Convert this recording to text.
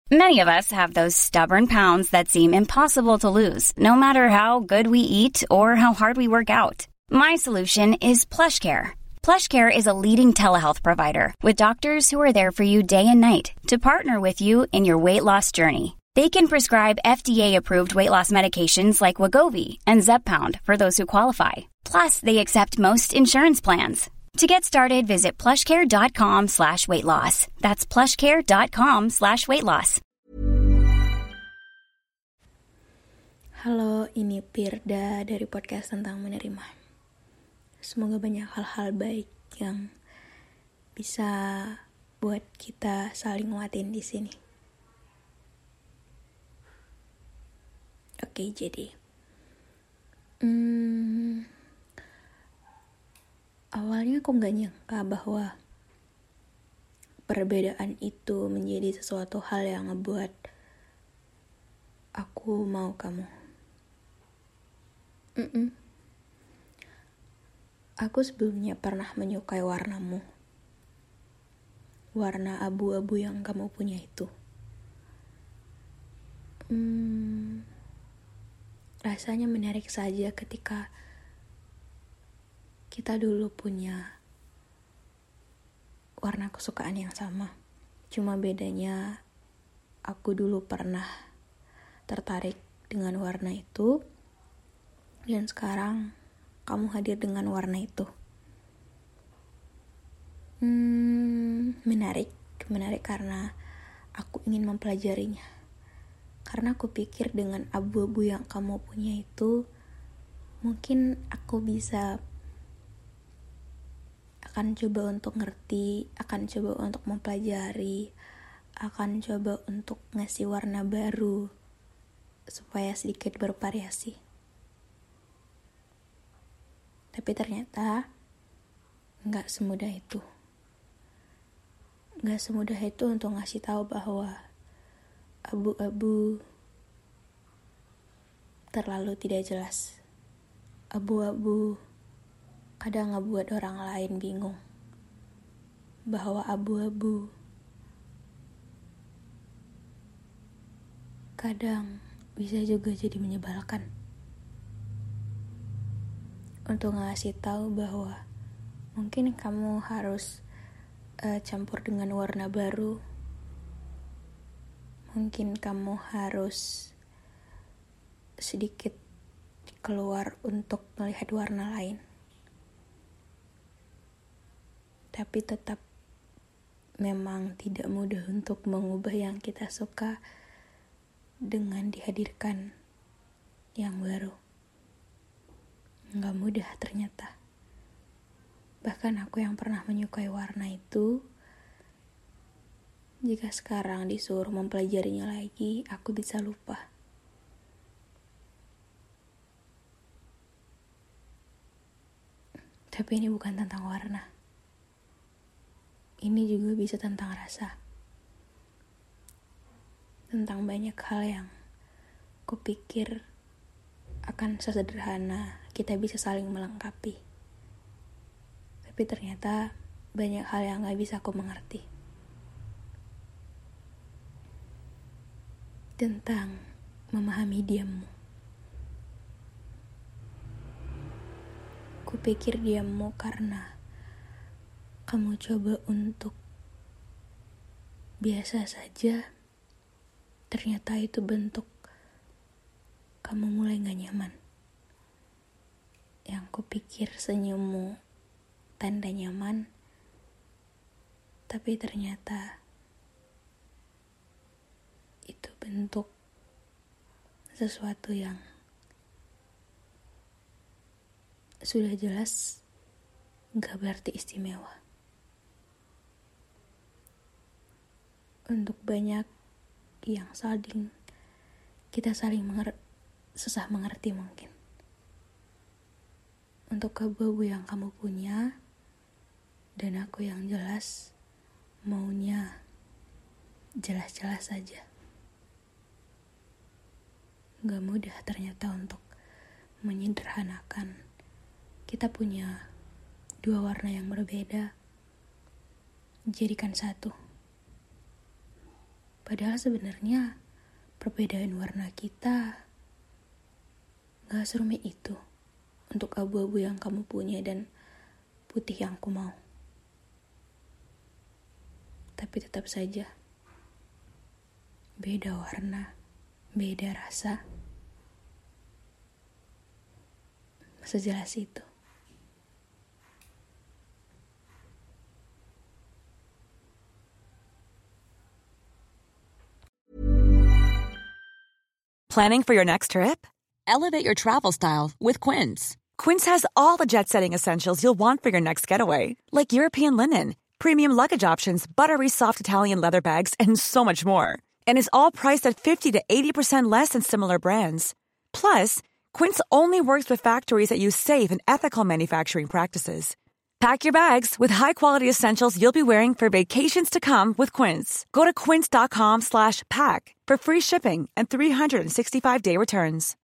Many of us have those stubborn pounds that seem impossible to lose, no matter how good we eat or how hard we work out. My solution is PlushCare. PlushCare is a leading telehealth provider with doctors who are there for you day and night to partner with you in your weight loss journey. They can prescribe FDA-approved weight loss medications like Wegovy and Zepbound for those who qualify. Plus, they accept most insurance plans. To get started, visit plushcare.com/weightloss. That's plushcare.com/weightloss. Halo, ini Pirda dari podcast tentang menerima. Semoga banyak hal-hal baik yang bisa buat kita saling nguatin di sini. Oke, jadi awalnya aku gak nyangka bahwa perbedaan itu menjadi sesuatu hal yang ngebuat aku mau kamu. Aku sebelumnya pernah menyukai warnamu. Warna abu-abu yang kamu punya itu. Rasanya menarik saja ketika kita dulu punya warna kesukaan yang sama. Cuma bedanya aku dulu pernah tertarik dengan warna itu, dan sekarang kamu hadir dengan warna itu. Menarik karena aku ingin mempelajarinya. Karena aku pikir dengan abu-abu yang kamu punya itu, mungkin aku akan coba untuk ngerti, akan coba untuk mempelajari, akan coba untuk ngasih warna baru, supaya sedikit bervariasi. Tapi ternyata gak semudah itu. Gak semudah itu untuk ngasih tahu bahwa abu-abu terlalu tidak jelas. Abu-abu kadang ngebuat orang lain bingung. Bahwa abu-abu kadang bisa juga jadi menyebalkan. Untuk ngasih tahu bahwa mungkin kamu harus campur dengan warna baru. Mungkin kamu harus sedikit keluar untuk melihat warna lain. Tapi tetap memang tidak mudah untuk mengubah yang kita suka dengan dihadirkan yang baru. Gak mudah ternyata. Bahkan aku yang pernah menyukai warna itu, jika sekarang disuruh mempelajarinya lagi, aku bisa lupa. Tapi ini bukan tentang warna. Ini juga bisa tentang rasa. Tentang banyak hal yang kupikir akan sesederhana kita bisa saling melengkapi. Tapi ternyata banyak hal yang gak bisa aku mengerti. Tentang memahami diammu. Kupikir diammu karena kamu coba untuk biasa saja, ternyata itu bentuk kamu mulai gak nyaman. Yang kupikir senyummu tanda nyaman, tapi ternyata itu bentuk sesuatu yang sudah jelas gak berarti istimewa. Untuk banyak yang kita saling susah mengerti mungkin. Untuk abu-abu yang kamu punya dan aku yang jelas maunya jelas-jelas saja. Gak mudah ternyata untuk menyederhanakan. Kita punya dua warna yang berbeda, jadikan satu. Padahal sebenarnya perbedaan warna kita gak serumit itu untuk abu-abu yang kamu punya dan putih yang aku mau. Tapi tetap saja, beda warna, beda rasa. Sejelas itu. Planning for your next trip? Elevate your travel style with Quince. Quince has all the jet-setting essentials you'll want for your next getaway, like European linen, premium luggage options, buttery soft Italian leather bags, and so much more. And is all priced at 50 to 80% less than similar brands. Plus, Quince only works with factories that use safe and ethical manufacturing practices. Pack your bags with high-quality essentials you'll be wearing for vacations to come with Quince. Go to quince.com/pack for free shipping and 365-day returns.